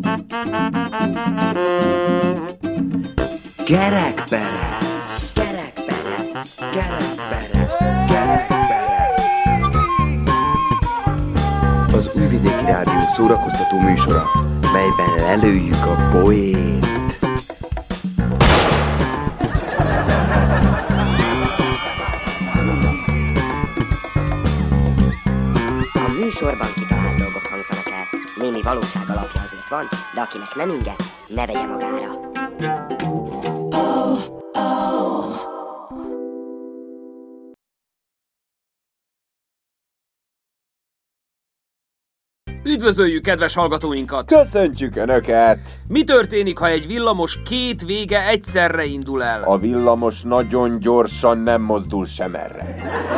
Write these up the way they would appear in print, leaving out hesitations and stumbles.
Kerekperec, kerekperec, kerekperec, kerekperec. Az Újvidéki Rádió szórakoztató műsora, melyben lelőjük a poént. A műsorban kitalált dolgok hangzanak el. Némi valóság alapja azért van, de akinek nem inge, ne vegye magára. Üdvözöljük kedves hallgatóinkat! Köszöntjük Önöket! Mi történik, ha egy villamos két vége egyszerre indul el? A villamos nagyon gyorsan nem mozdul sem erre.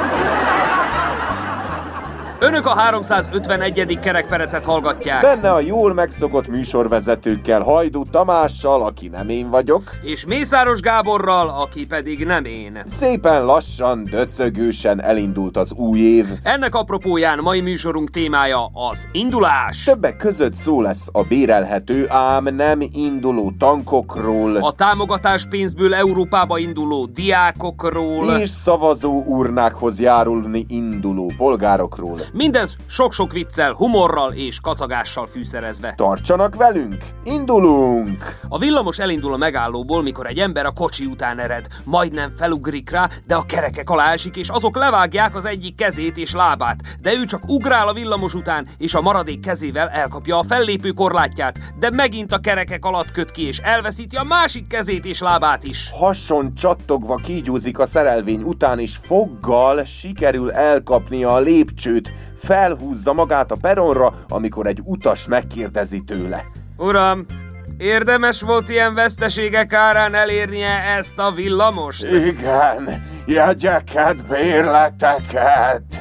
Önök a 351. kerekperecet hallgatják. Benne a jól megszokott műsorvezetőkkel, Hajdú Tamással, aki nem én vagyok, És Mészáros Gáborral, aki pedig nem én. szépen lassan, döcögősen elindult az új év. Ennek apropóján mai műsorunk témája az indulás. Többek között szó lesz a bérelhető, ám nem induló tankokról, A támogatás pénzből Európába induló diákokról. és szavazó urnákhoz járulni induló polgárokról. Mindez sok-sok viccel, humorral és kacagással fűszerezve. Tartsanak velünk! Indulunk! A villamos elindul a megállóból, mikor egy ember a kocsi után ered. Majdnem felugrik rá, de a kerekek alá esik, és azok levágják az egyik kezét és lábát. De ő csak ugrál a villamos után, és a maradék kezével elkapja a fellépő korlátját, de megint a kerekek alatt köt ki, és elveszíti a másik kezét és lábát is. Hason csattogva kígyúzik a szerelvény után, és foggal sikerül elkapnia a lépcsőt. Felhúzza magát a peronra, amikor egy utas megkérdezi tőle. Uram, érdemes volt ilyen veszteségek árán elérnie ezt a villamost? Igen, jegyeket, bérleteket.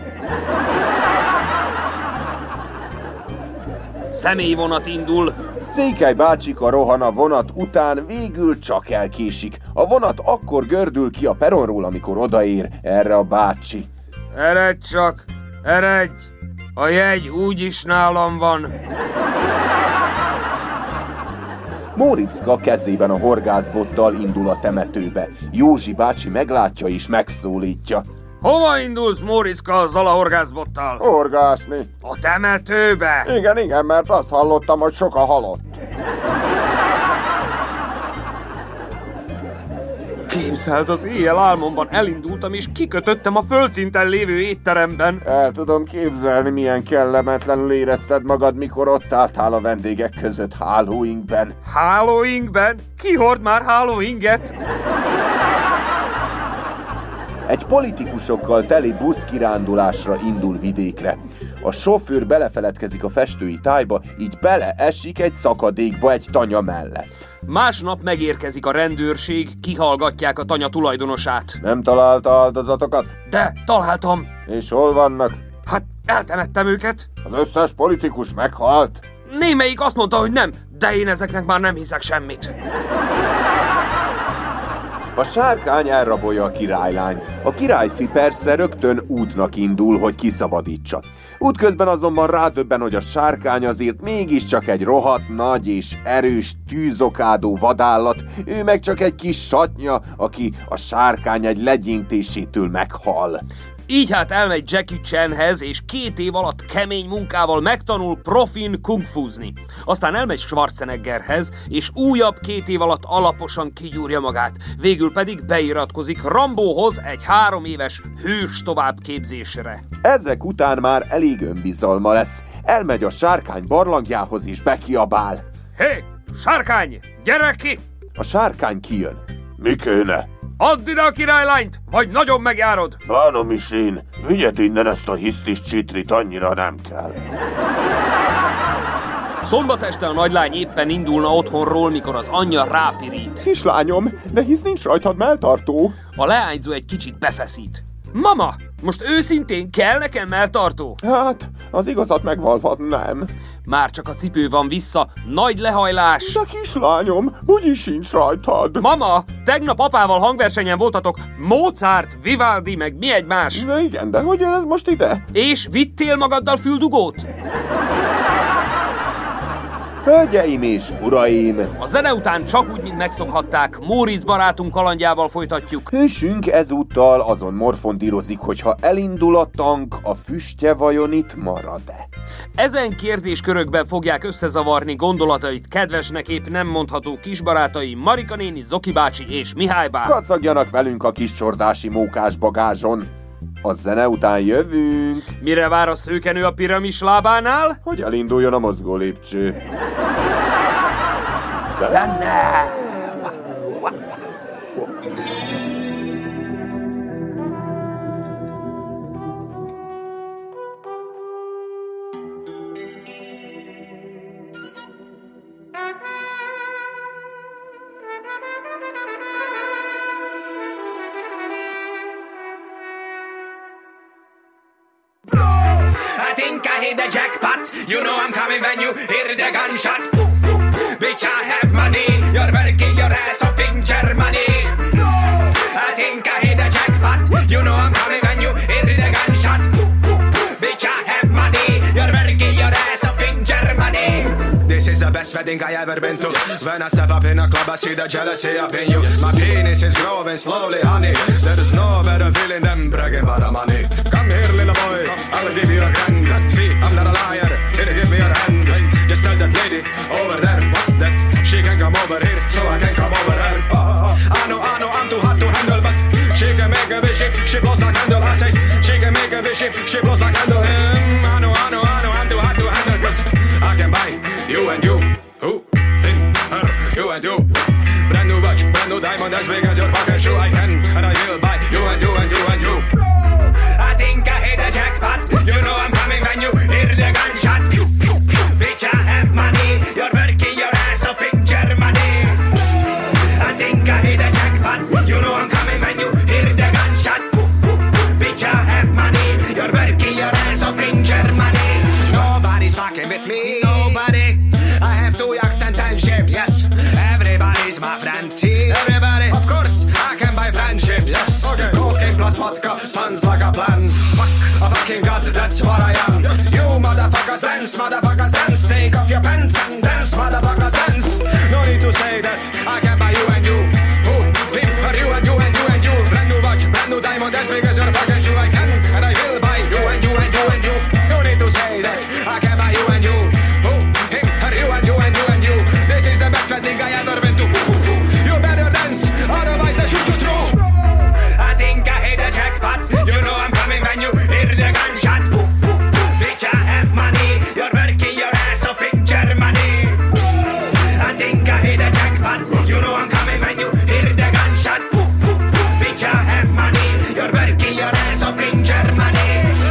Személyvonat indul. Székely bácsika rohan a vonat után, végül csak elkésik. A vonat akkor gördül ki a peronról, amikor odaér erre a bácsi. Eredj csak, eredj! A jegy úgyis nálam van. Móriczka kezében a horgászbottal indul a temetőbe. Józsi bácsi meglátja és megszólítja. Hova indulsz, Móriczka, azzal a horgászbottal? Horgászni? A temetőbe? Igen, mert azt hallottam, hogy sok a halott. Képzeld, az éjjel álmomban elindultam, és kikötöttem a földszinten lévő étteremben. El tudom képzelni, milyen kellemetlenül érezted magad, mikor ott álltál a vendégek között hálóinkben. Hálóinkben? Ki hord már hálóinget? Egy politikusokkal teli busz kirándulásra indul vidékre. A sofőr belefeledkezik a festői tájba, így beleesik egy szakadékba egy tanya mellett. Másnap megérkezik a rendőrség, kihallgatják a tanya tulajdonosát. Nem találta áldozatokat? De találtam. És hol vannak? Hát eltemettem őket. Az összes politikus meghalt? Némelyik azt mondta, hogy nem, de én ezeknek már nem hiszek semmit. A sárkány elrabolja a királylányt. A királyfi persze rögtön útnak indul, hogy kiszabadítsa. Útközben azonban rádöbben, hogy a sárkány azért mégiscsak egy rohadt nagy és erős tűzokádó vadállat, ő meg csak egy kis satnya, aki a sárkány egy legyintésétől meghal. Így hát elmegy Jackie Chanhez, és 2 év alatt kemény munkával megtanul profin kungfuzni. Aztán elmegy Schwarzeneggerhez, és újabb 2 év alatt alaposan kigyúrja magát. Végül pedig beiratkozik Rambóhoz egy 3 éves hős továbbképzésre. Ezek után már elég önbizalma lesz. Elmegy a sárkány barlangjához és bekiabál. Hé, sárkány, gyere ki! A sárkány kijön. Mi kéne? Add ide a királylányt, vagy nagyon megjárod! Bánom is én. Vigyed innen ezt a hisztis csitrit, annyira nem kell. Szombat este a nagylány éppen indulna otthonról, mikor az anyja rápirít. Kislányom, de hisz nincs rajtad melltartó. A leányzó egy kicsit befeszít. Mama, most őszintén kell nekem melltartó? Hát, az igazat megvalva nem. Már csak a cipő van vissza, nagy lehajlás. De kislányom, úgyis sincs rajtad. Mama, tegnap apával hangversenyen voltatok, Mozart, Vivaldi, meg mi egymás. De igen, de hogy jön ez most ide? És vittél magaddal füldugót? Hölgyeim és uraim! A zene után csak úgy, mint megszokhatták, Móricz barátunk kalandjával folytatjuk. Hősünk ezúttal azon morfondírozik, hogyha elindul a tank, a füstje vajon itt marad-e? Ezen kérdéskörökben fogják összezavarni gondolatait kedvesnek épp nem mondható kisbarátai Marika néni, Zoki bácsi és Mihály bá. Kacagjanak velünk a kis csordási mókás bagázson. A zene után jövünk. Mire vár a szőkenő a piramis lábánál? Hogy elinduljon a mozgó lépcső. Zene! I think I hit the jackpot. You know I'm coming when you hear the gunshot. Bitch, I have money. You're working your ass off in Germany. I think I hit the jackpot. You know I'm coming when you hear the gunshot. Bitch, I have money. You're working your ass off in Germany. This is the best wedding I ever been to. When I step up in a club, I see the jealousy up in you. My penis is growing slowly, honey. There is no better feeling than bragging about the money. Come here, little boy, I'll give you a grand. See, I'm not a liar, here, give me your hand. Just tell that lady over there, what, that she can come over here, so I can come over her. I know, I'm too hot to handle, but she can make a wish if she blows the candle. I say, she can make a wish if she blows the candle. I know, I'm too hot to handle, cause I can buy you and you, who, in, her, you and you. Brand new watch, brand new diamond, as big as your fucking shoe. I can, and I will buy you and you and you and you. I think I hit the jackpot. You know I'm coming when you hear the gunshot. Bitch, I have money. You're working your ass off in Germany. I think I hit the jackpot. You know I'm coming when you hear the gunshot. Bitch, I have money. You're working your ass off in Germany. Nobody's fucking with me. Nobody. I have 2 yachts and 10 ships. Yes. Everybody's my friend. See, everybody. Of course, I can buy friendships. Yes. Okay. Cocaine plus vodka sounds like a plan. Fuck a fucking god, that's what I am. You motherfuckers dance. Take off your pants and dance, motherfuckers dance. No need to say that I can buy you and you. Who? Him, or you and you and you and you. Brand new watch, brand new diamond, as big as your fucking shoe. I can, and I will buy you and you and you and you. No need to say that I can buy you and you. Who? Him, or you and you and you and you. This is the best wedding I ever been to. You better dance, otherwise I shoot you through. I think I hit the jackpot. You know I'm coming when you hear the gunshot. Bitch, I have money. You're working your ass off in Germany. I think I hit the jackpot. You know I'm coming when you hear the gunshot. Bitch, I have money. You're working your ass off in Germany.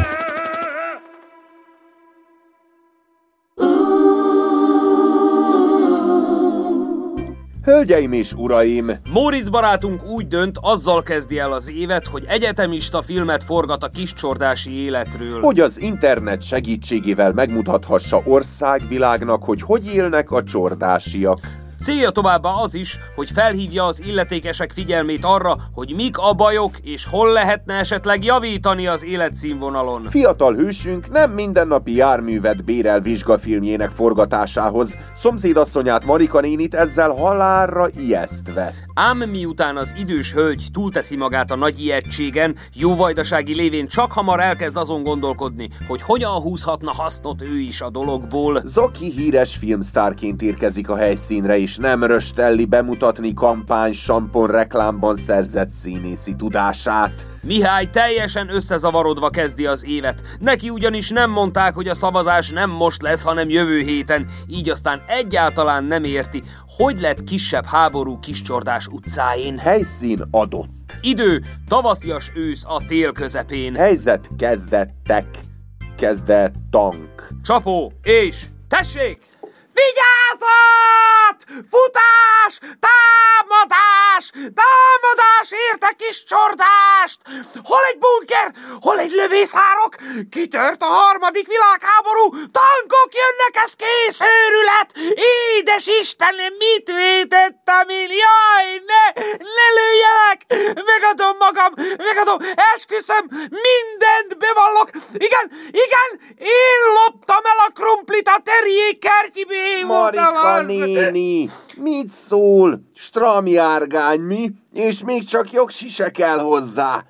Hölgyeim és uraim! Móricz barátunk úgy dönt, azzal kezdi el az évet, hogy egyetemista filmet forgat a kiscsordási életről. Hogy az internet segítségével megmutathassa országvilágnak, hogy élnek a csordásiak. Célja továbbá az is, hogy felhívja az illetékesek figyelmét arra, hogy mik a bajok, és hol lehetne esetleg javítani az életszínvonalon. Fiatal hősünk nem mindennapi járművet bérel vizsgafilmjének forgatásához, szomszédasszonyát Marika nénit ezzel halálra ijesztve. Ám miután az idős hölgy túlteszi magát a nagy ijegységen, jóvajdasági lévén csak hamar elkezd azon gondolkodni, hogy hogyan húzhatna hasznot ő is a dologból. Zoki híres filmsztárként érkezik a helyszínre, és nem röstelli bemutatni kampány sampon reklámban szerzett színészi tudását. Mihály teljesen összezavarodva kezdi az évet. Neki ugyanis nem mondták, hogy a szavazás nem most lesz, hanem jövő héten, így aztán egyáltalán nem érti, hogy lett kisebb háború Kiscsordás utcáin. Helyszín adott. Idő, tavaszias ősz a tél közepén. Helyzet kezdettek. Kezdett tank. Csapó, és tessék! Vigyázat! Futás! Támadás! Támadás érte kis csordást! Hol egy bunker? Hol egy lövészárok? Kitört a harmadik világháború! Tankok jönnek, ez kész őrület! Édes Istenem, mit vétettem én? Jaj, ne lőjelek! Megadom magam, esküszöm, mindent bevallok! Igen, én loptam el a krumplit a Terrier kertjéből! Marika néni, mit szól? Stramjárgány mi? És még csak jogsi se kell hozzá.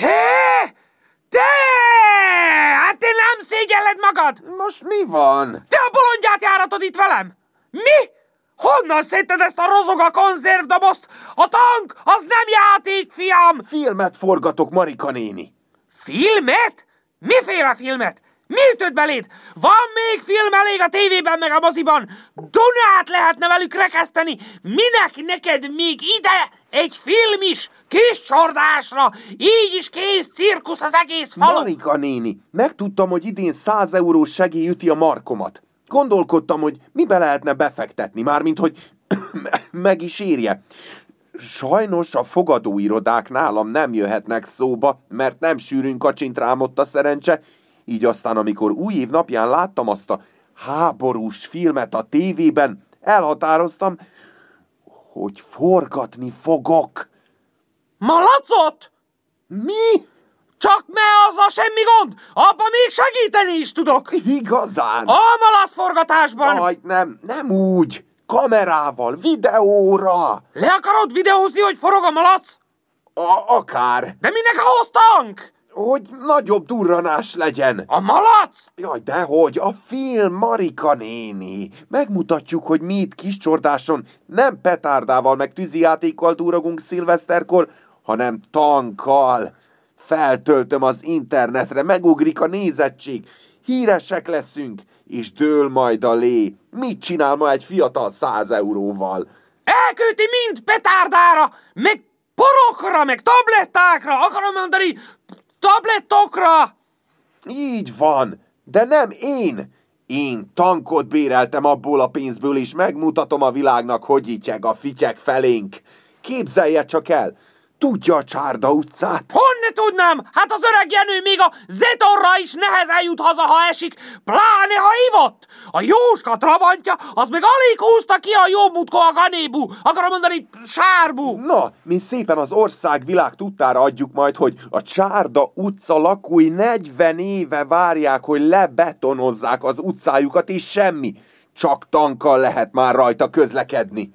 Te! Hát te nem szégyelled magad! Most mi van? Te a bolondját járatod itt velem? Mi? Honnan szedted ezt a rozoga konzervdobozt? A tank, az nem játék, fiam! Filmet forgatok, Marika néni. Filmet? Miféle filmet? Mi ütött beléd? Van még film elég a tévében meg a moziban? Dunát lehetne velük rekeszteni. Minek neked még ide egy film is? Kis csordásra. Így is kész cirkusz az egész falu. Marika néni, megtudtam, hogy idén 100 eurós segély üti a markomat. Gondolkodtam, hogy mibe lehetne befektetni, mármint, hogy meg is érje. Sajnos a fogadóirodák nálam nem jöhetnek szóba, mert nem sűrűn kacsint rám ott a szerencse, így aztán, amikor új év napján láttam azt a háborús filmet a tévében, elhatároztam, hogy forgatni fogok. Malacot? Mi? Csak azzal semmi gond, abban még segíteni is tudok. Igazán? A malacforgatásban. Jaj, nem úgy. Kamerával, videóra. Le akarod videózni, hogy forog a malac? Akár. De minek ahhoz tank? Hogy nagyobb durranás legyen. A malac? Jaj, dehogy, a film, Marika néni. Megmutatjuk, hogy mi itt Kiscsordáson nem petárdával meg tűzijátékkal durrogunk szilveszterkor, hanem tankkal. Feltöltöm az internetre, megugrik a nézettség. Híresek leszünk, és dől majd a lé. Mit csinál ma egy fiatal 100 euróval? Elküldi mind petárdára, meg porokra, meg tablettákra, akarom mondani, tablettokra! Így van, de nem én. Én tankot béreltem abból a pénzből, és megmutatom a világnak, hogy ityeg a fityek felénk. Képzelje csak el, tudja a Csárda utcát? Honne tudnám? Hát az öreg Jenő még a Zetorra is nehezen jut haza, ha esik, pláne ha ivott. A Jóska trabantja, az meg alig húzta ki a Jómutkó a ganébu, akarom mondani sárbu. Na, mi szépen az országvilág tudtára adjuk majd, hogy a Csárda utca lakói 40 éve várják, hogy lebetonozzák az utcájukat, és semmi. Csak tankkal lehet már rajta közlekedni.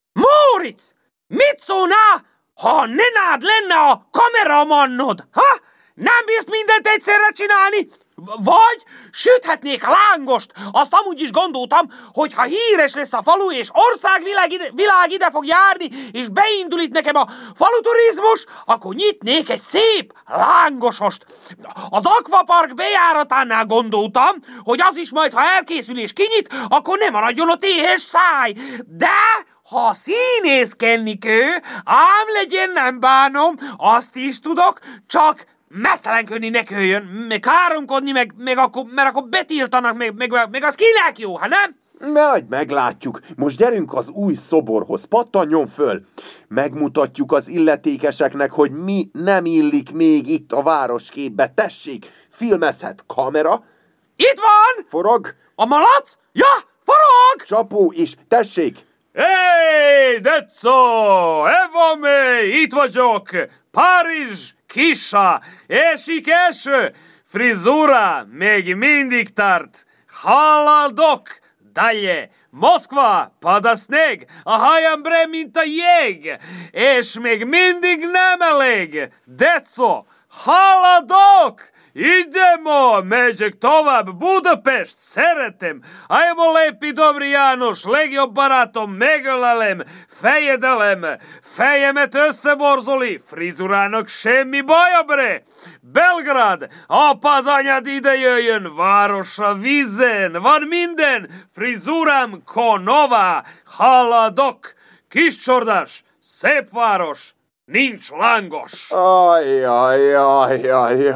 Móricz, mit szólnál, ha nenád lenne a kameramannod? Ha? Nem bírsz mindent egyszerre csinálni? Vagy süthetnék lángost. Azt amúgy is gondoltam, hogy ha híres lesz a falu, és országvilág ide fog járni, és beindul itt nekem a faluturizmus, akkor nyitnék egy szép lángosost. Az akvapark bejáratánál gondoltam, hogy az is majd, ha elkészül és kinyit, akkor nem maradjon ott éhes száj. De ha színészkenni kell, ám legyen, nem bánom, azt is tudok, csak mesztelenködni ne köljön, meg káromkodni, mert akkor betiltanak, meg az kinek jó, ha nem? Majd meglátjuk. Most gyerünk az új szoborhoz, pattanjon föl. Megmutatjuk az illetékeseknek, hogy mi nem illik még itt a városképbe. Tessék, filmezhet kamera. Itt van! Forog. A malac? Ja, forog! Csapó is, tessék. Hey, Decco! Evame, itt vagyok! Párizs, Kisa, esik eső, frizura még mindig tart, haladok, dalje, Moszkva, pada sneg, a hajambre, mint a jég, és még mindig nem elég, Decco, haladok! Idemo, megyek tovább, Budapest, szeretem. Ajmo lépi dobri János, legjobb barátom, megölelem, fejedelem, fejemet összeborzoli, frizurának semmi baja, bre. Belgrád, apád anyád ide jöjjön, városa vízen, van minden, frizurám konova, haladok, Kiscsordás, szép város. Nincs lángos! Ajjaj.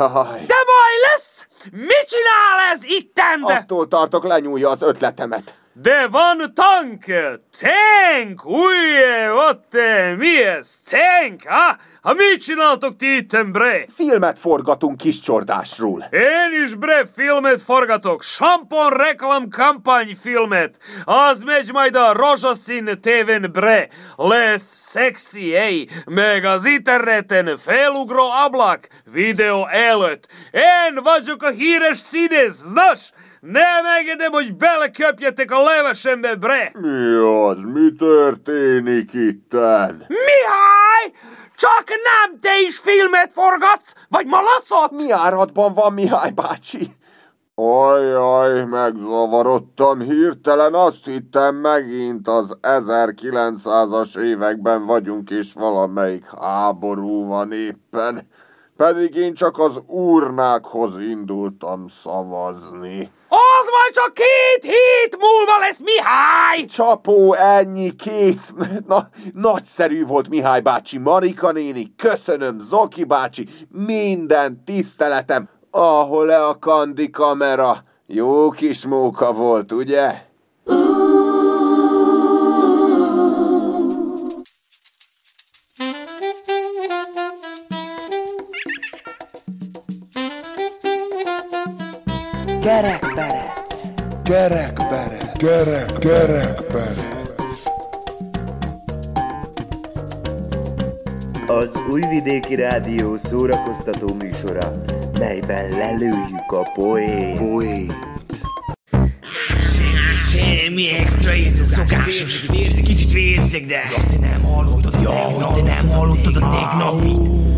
De baj lesz! Mit csinál ez ittend? Attól tartok, lenyúlja az ötletemet. De van tanke! Tank! Uje, otte, mi ez? Tank, ha? Ha mit csináltok ti itten, bre? Filmet forgatunk kis csordásról. Én is, bre, filmet forgatok. Sampon reklam kampányfilmet. Az megy majd a Rozsaszín tévén, bre. Lesz szexi, ej. Meg az interneten felugró ablak. Videó előtt. Én vagyok a híres színész, znasz? Nem engedem, hogy beleköpjetek a levesembe, bre! Mi az? Mi történik itten? Mihály! Csak nem te is filmet forgatsz? Vagy malacot? Mi áradban van Mihály bácsi? Ajjaj, megzavarodtam hirtelen, azt hittem megint az 1900-as években vagyunk, és valamelyik háború van éppen. Pedig én csak az urnákhoz indultam szavazni. Az majd csak 2 hét múlva lesz, Mihály! Csapó, ennyi, kész. Na, nagyszerű volt Mihály bácsi, Marika néni, köszönöm, Zoki bácsi, minden tiszteletem. Ahol le a kandi kamera? Jó kis móka volt, ugye? Kerekperec. Kerekperec. Kerekperec. Az Újvidéki Rádió szórakoztató műsora, melyben lelőjük a poént. Semmi extra érző szokásos. Kicsit vérzek, de... Ja, te nem hallottad a tegnapi.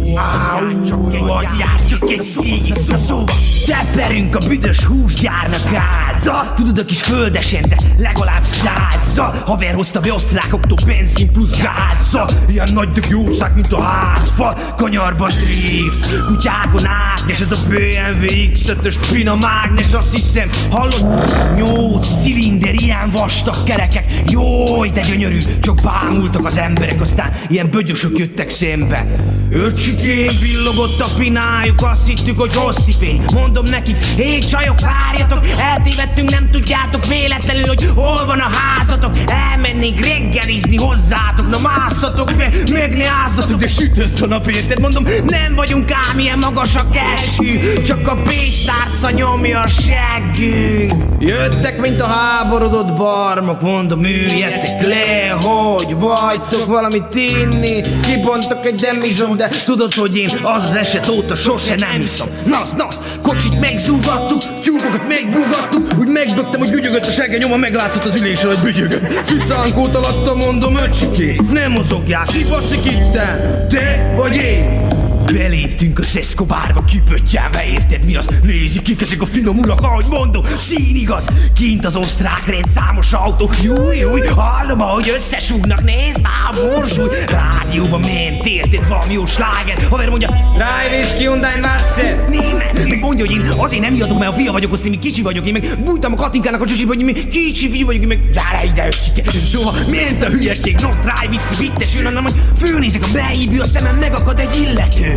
Jár csak egy szígi szóval. Teperünk a büdös húsgyárnak által. Tudod, a kis földesen, de legalább 100-zal. Haver hozta be osztrákoktól benzin plusz gázzal. Ilyen nagy dög jószág, mint a házfal. Kanyarban drift, kutyákon ágnes. Ez a BMW X5-ös pina mágnes. Azt hiszem, hallod? 8 cilinder, ilyen vastag kerekek. Jój, de gyönyörű, csak bámultak az emberek. Aztán ilyen bögyösök jöttek szembe. Öcsikém, villogott a pinájuk. Azt hittük, hogy hosszifény. Mondom nekik, hé csajok, várjatok. Eltévedtünk, nem tudjátok véletlenül, hogy hol van a házatok. Elmennénk reggelizni hozzátok. Na másszatok be, meg ne ázzatok. De sütött a nap, érted? Mondom, nem vagyunk ám ilyen magas a keskü. Csak a pénztárca nyomja a seggünk. Jöttek, mint a háborodott barmok. Mondom, üljetek le, hogy vagytok valamit inni. Kibontok egy demizsom, de tudod, hogy én az eset óta sose nem iszom. Nasz, kocsit megzúgattuk, tyúkokat megbúgattuk. Úgy megbögtem, hogy ügyögött a segge nyoma, meglátszott az ülésen, hogy bügyögött. Kicánkót alatta, mondom, öcsiké, nem mozogjál, ki basszik itten, te vagy én? Beléptünk a Szeszkobárba, kipöttyelve, érted mi az? Nézik, kik ezek a finom urak, ahogy mondom, színigaz. Kint az osztrák rendszámos autók, júj, hallom, ahogy összesúgnak, nézd már a burzsúj. Rádióban ment, érted, valami jó sláger. Haver mondja, Rájviszki, Undány, Wasser. Német, meg mondja, hogy én azért nem ijedok, mert a fia vagyok, azt én még kicsi vagyok. Én meg bújtam a Katinkának a csösébe, hogy én még kicsi fiú vagyok, én meg gyere ide, öcsike. Szóval ment a hülyeség, not Rájviszki, vittesül, hanem hogy fölnézek a beívű, a szemem megakad egy illető.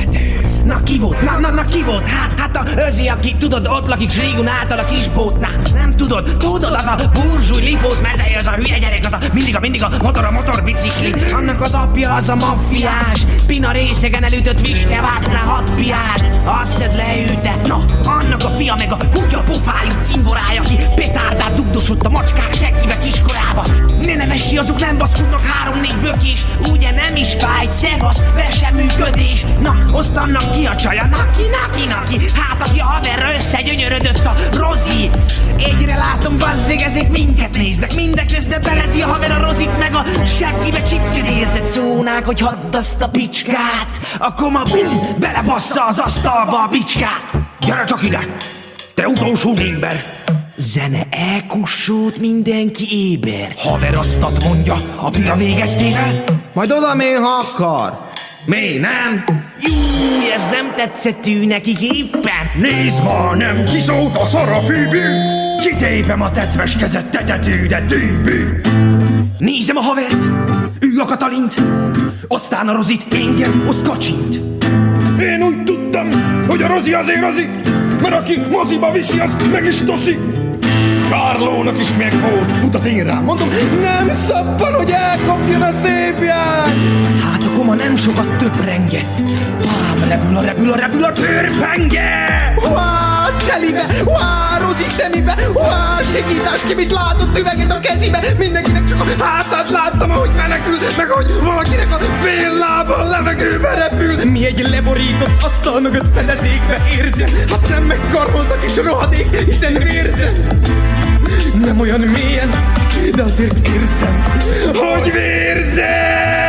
Na ki volt? Na ki volt? Hát a Özi, aki tudod, ott lakik Srigun által a kisbótnál. Nem tudod, az a burzsúj lipót mezei, az a hülye gyerek, az a mindig a motorbicikli. Annak az apja az a maffiás, pina részegen elütött visnevácnál 6 piást. Azt szed leülte, na, annak a fia meg a kutya pofájú cimborája, aki petárdát dugdosott a macskák seggibe kiskorába. Ne nevessi, azok nem baszkudnak 3-4 bökés, ugye nem is fáj, szevasz, be sem működés. Na, osztannak ki a csaja, naki, hát aki a haverra összegyönyörödött a Rozi. Egyre látom, bazzeg, ezek minket néznek, mindeközben belezi a haver a Rozit, meg a seggibe csipked, érted? Szónák, hogy hadd azt a picskát, akkor ma bum, belebassza az asztalba a bicskát. Gyere csak ide, te utolsó ember. Zene elkussót, mindenki éber. Haver asztat mondja, a pira végeztével, majd oda mély, ha akar. Mi, nem? Júj, ez nem tetszett nekik éppen. Nézd ma, nem kiszólt a szar a fűbű. Kitépem a tetves kezet, tetető, de tűbű. Nézem a havert, ő a Katalint, aztán a Rozit, engem, azt kacsint. Én úgy tudtam, hogy a Rozi azért Rozi, mert aki moziba viszi, az meg is toszik. Carlónak is megvolt. Mutat én rám, mondom, nem szappan, hogy elkapjon a szépját. Hát a koma nem sokat töprengett. Bám, repül a törpenge. Huá, telibe, huá, Rozi szemébe, huá, segítás ki, mit látott üveget a kezébe. Mindenkinek csak a hátát láttam, ahogy menekül, meg ahogy valakinek a fél lába a levegőbe repül. Mi egy leborított asztal mögött fedezékbe érzem. Hát nem megkaroltak és rohadék, hiszen vérzem. Nem olyan mélyen, de azért érzem, hogy vérzem.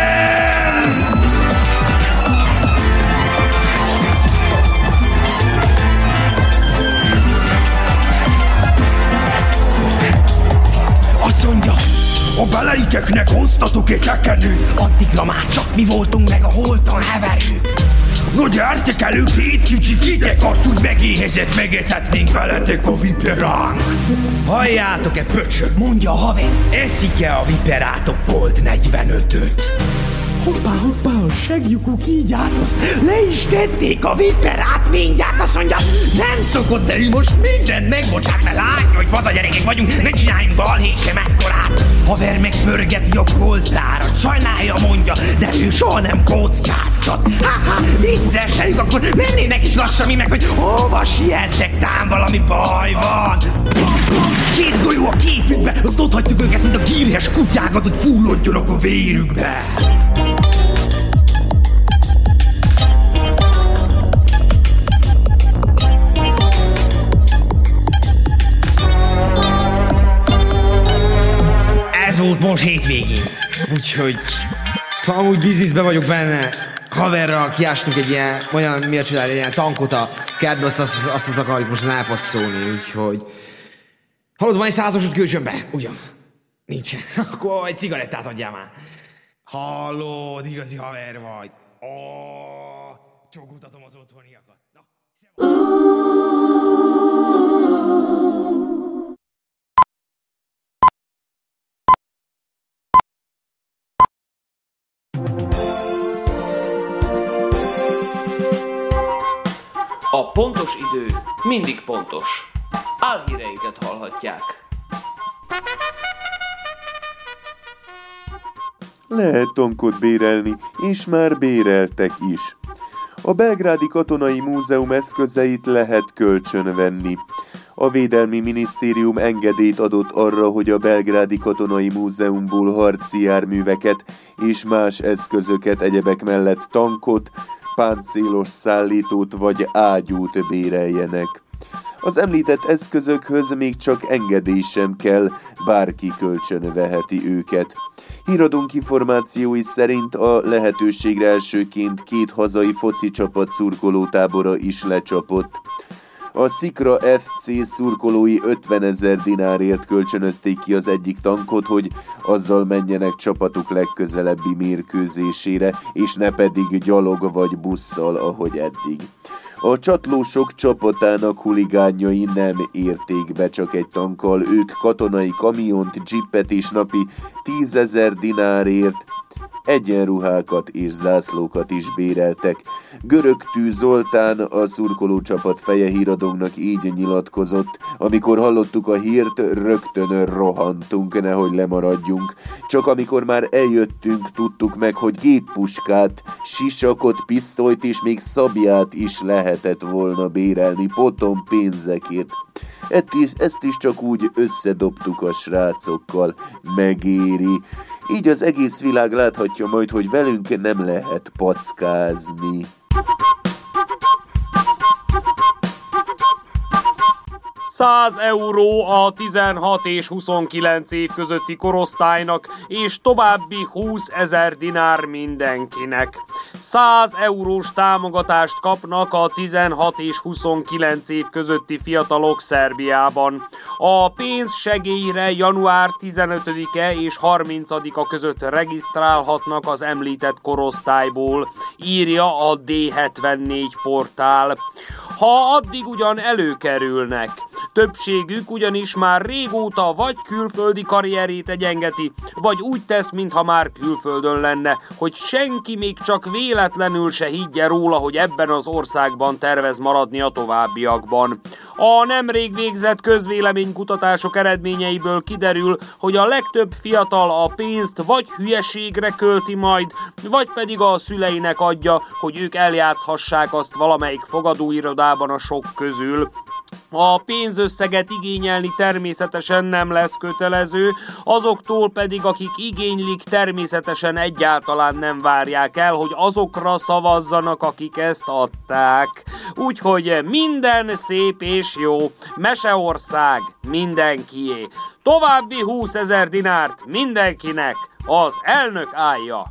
Azt mondja, a beleiteknek hoztatok egy ekenőt. Addigra már csak mi voltunk meg a holtan heverők. No gyertek elő, két kicsi kitek, azt úgy megéhezett, megetetnénk veletek a viperánk. Halljátok-e, pöcsök, mondja a haver, eszik-e a viperátok Colt 45-öt? Hoppá, a segjukuk így átoszt, le is tették a viperát mindjárt, azt mondja, nem szokott, de ő most mindent megbocsát, mert látja, hogy fazagyerekek vagyunk, ne csináljunk balhét sem ekkorát. Haver megpörgeti a koltárat, sajnálja mondja, de ő soha nem kockáztat. Ha, vicceseljük, akkor mennének is lassan mi meg, hogy hova siettek, tám valami baj van. Két golyó a képükbe, azt ott hagytuk őket, mint a gírhes kutyákat, hogy fullodjanak a vérükbe. Ez volt most hétvégén, úgyhogy amúgy bizniszben vagyok benne. Haverral kiástunk egy ilyen, olyan miatt csinálni, egy ilyen tankot a kertbe, azt akarjuk most elpasszolni, úgyhogy... Hallod, van egy 100-osod kölcsönbe? Ugyan? Nincsen. Akkor egy cigarettát adjál már. Hallod, igazi haver vagy. Csókoltatom az otthoniakat. A pontos idő mindig pontos. Álhíreinket hallhatják. Lehet tankot bérelni, és már béreltek is. A Belgrádi Katonai Múzeum eszközeit lehet kölcsönvenni. A Védelmi Minisztérium engedélyt adott arra, hogy a Belgrádi Katonai Múzeumból harci járműveket és más eszközöket, egyebek mellett tankot, páncélos szállítót vagy ágyút béreljenek. Az említett eszközökhöz még csak engedély sem kell, bárki kölcsönveheti őket. Híradónk információi szerint a lehetőségre elsőként 2 hazai foci csapat szurkolótábora is lecsapott. A Szikra FC szurkolói 50 000 dinárért kölcsönözték ki az egyik tankot, hogy azzal menjenek csapatuk legközelebbi mérkőzésére, és ne pedig gyalog vagy busszal, ahogy eddig. A csatlósok csapatának huligánjai nem érték be csak egy tankkal, ők katonai kamiont, dzsippet és napi 10 000 dinárért egyenruhákat és zászlókat is béreltek. Görögtű Zoltán, a szurkolócsapat feje híradónknak így nyilatkozott: amikor hallottuk a hírt, rögtön rohantunk, nehogy lemaradjunk. Csak amikor már eljöttünk, tudtuk meg, hogy géppuskát, sisakot, pisztolyt és még szabját is lehetett volna bérelni potom pénzekért. Ezt is csak úgy összedobtuk a srácokkal. Megéri. Így az egész világ láthatja majd, hogy velünk nem lehet packázni. 100 euró a 16 és 29 év közötti korosztálynak, és további 20 000 dinár mindenkinek. 100 eurós támogatást kapnak a 16 és 29 év közötti fiatalok Szerbiában. A pénzsegélyre január 15-e és 30-a között regisztrálhatnak az említett korosztályból, írja a D74 portál. Ha addig ugyan előkerülnek, Többségük ugyanis már régóta vagy külföldi karrierét egyengeti, vagy úgy tesz, mintha már külföldön lenne, hogy senki még csak véletlenül se higgye róla, hogy ebben az országban tervez maradni a továbbiakban. A nemrég végzett közvéleménykutatások eredményeiből kiderül, hogy a legtöbb fiatal a pénzt vagy hülyeségre költi majd, vagy pedig a szüleinek adja, hogy ők eljátszhassák azt valamelyik fogadóirodában a sok közül. A pénzösszeget igényelni természetesen nem lesz kötelező, azoktól pedig, akik igénylik, természetesen egyáltalán nem várják el, hogy azokra szavazzanak, akik ezt adták. Úgyhogy minden szép és jó. Meseország mindenkié. További 20 000 dinárt mindenkinek. Az elnök állja.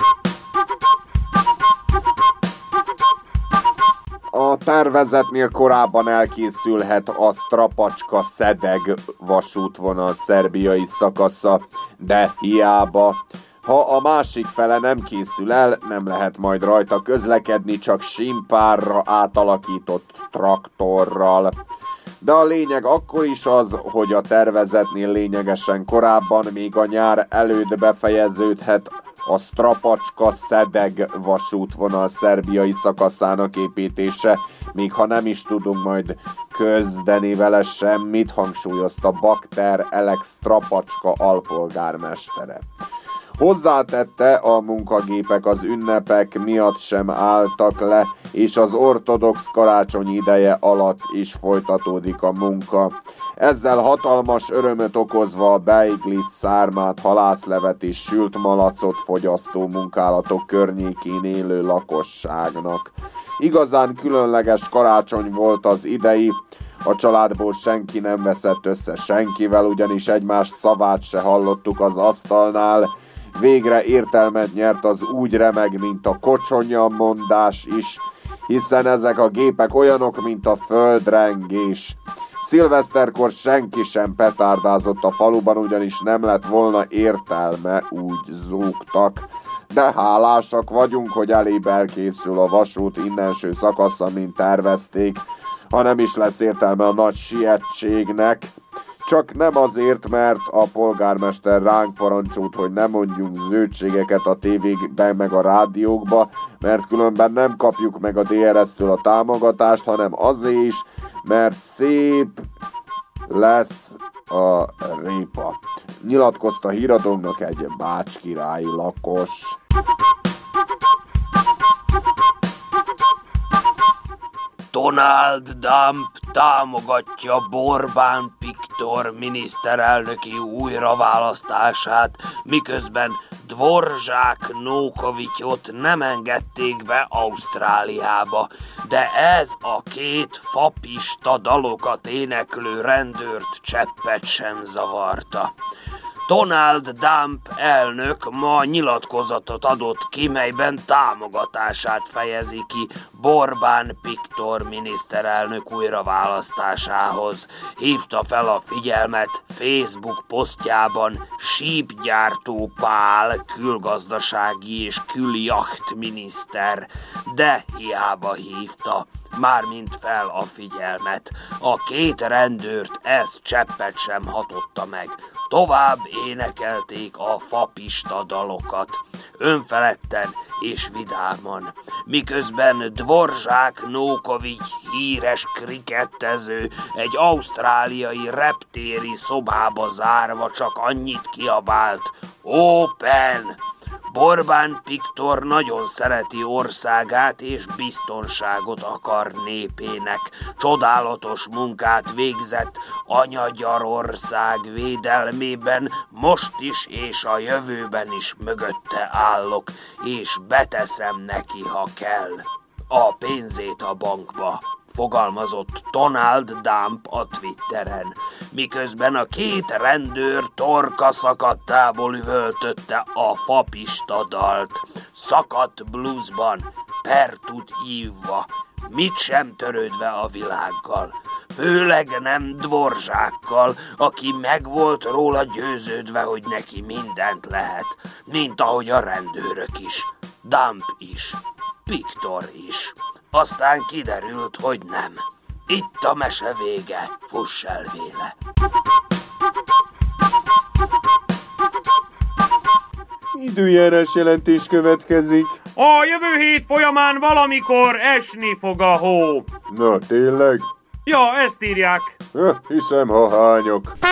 A tervezetnél korábban elkészülhet a Strapacska-Szedeg vasútvonal szerbiai szakasza, de hiába. Ha a másik fele nem készül el, nem lehet majd rajta közlekedni, csak simpárra átalakított traktorral. De a lényeg akkor is az, hogy a tervezetnél lényegesen korábban, még a nyár előtt befejeződhet a Strapacska-Szedeg vasútvonal szerbiai szakaszának építése, még ha nem is tudunk majd közdeni vele semmit, hangsúlyozta Bakter Elek Strapacska alpolgármestere. Hozzátette, a munkagépek az ünnepek miatt sem álltak le, és az ortodox karácsony ideje alatt is folytatódik a munka. Ezzel hatalmas örömöt okozva a beiglit, szármát, halászlevet és sült malacot fogyasztó munkálatok környékén élő lakosságnak. Igazán különleges karácsony volt az idei, a családból senki nem veszett össze senkivel, ugyanis egymás szavát se hallottuk az asztalnál. Végre értelmet nyert az úgy remeg, mint a kocsonya mondás is, hiszen ezek a gépek olyanok, mint a földrengés. Szilveszterkor senki sem petárdázott a faluban, ugyanis nem lett volna értelme, úgy zúgtak. De hálásak vagyunk, hogy elébb elkészül a vasút innenső szakasza, mint tervezték, ha nem is lesz értelme a nagy sietségnek. Csak nem azért, mert a polgármester ránk parancsolt, hogy ne mondjunk zöldségeket a tévékben meg a rádiókba, mert különben nem kapjuk meg a DRS-től a támogatást, hanem azért is, mert szép lesz a répa. Nyilatkozta híradónknak egy bácskirályi lakos. Donald Trump támogatja Orbán Viktor miniszterelnöki újraválasztását, miközben Dvorzsák Nókovityot nem engedték be Ausztráliába, de ez a két fapista dalokat éneklő rendőrt cseppet sem zavarta. Donald Trump elnök ma nyilatkozatot adott ki, melyben támogatását fejezi ki Orbán Viktor miniszterelnök újraválasztásához. Hívta fel a figyelmet Facebook posztjában Sípgyártó Pál külgazdasági és küljacht miniszter, de hiába hívta, mármint fel a figyelmet. A két rendőrt ez cseppet sem hatotta meg. Tovább énekelték a fapista dalokat, önfeledten és vidáman, miközben Dvorzsák Nókovics híres krikettező egy ausztráliai reptéri szobába zárva csak annyit kiabált: Open! Orbán Viktor nagyon szereti országát és biztonságot akar népének. Csodálatos munkát végzett Anyagyarország védelmében, most is és a jövőben is mögötte állok, és beteszem neki, ha kell, a pénzét a bankba, fogalmazott Donald Trump a Twitteren, miközben a két rendőr torka szakadtából üvöltötte a fapista dalt, szakadt bluesban, pertut hívva, mit sem törődve a világgal, főleg nem Dvorzsákkal, aki meg volt róla győződve, hogy neki mindent lehet, mint ahogy a rendőrök is, Trump is, Viktor is. Aztán kiderült, hogy nem. Itt a mese vége, fuss el véle. Időjárás jelentés következik. A jövő hét folyamán valamikor esni fog a hó. Na, tényleg? Ja, ezt írják. Hiszem, ha hányok.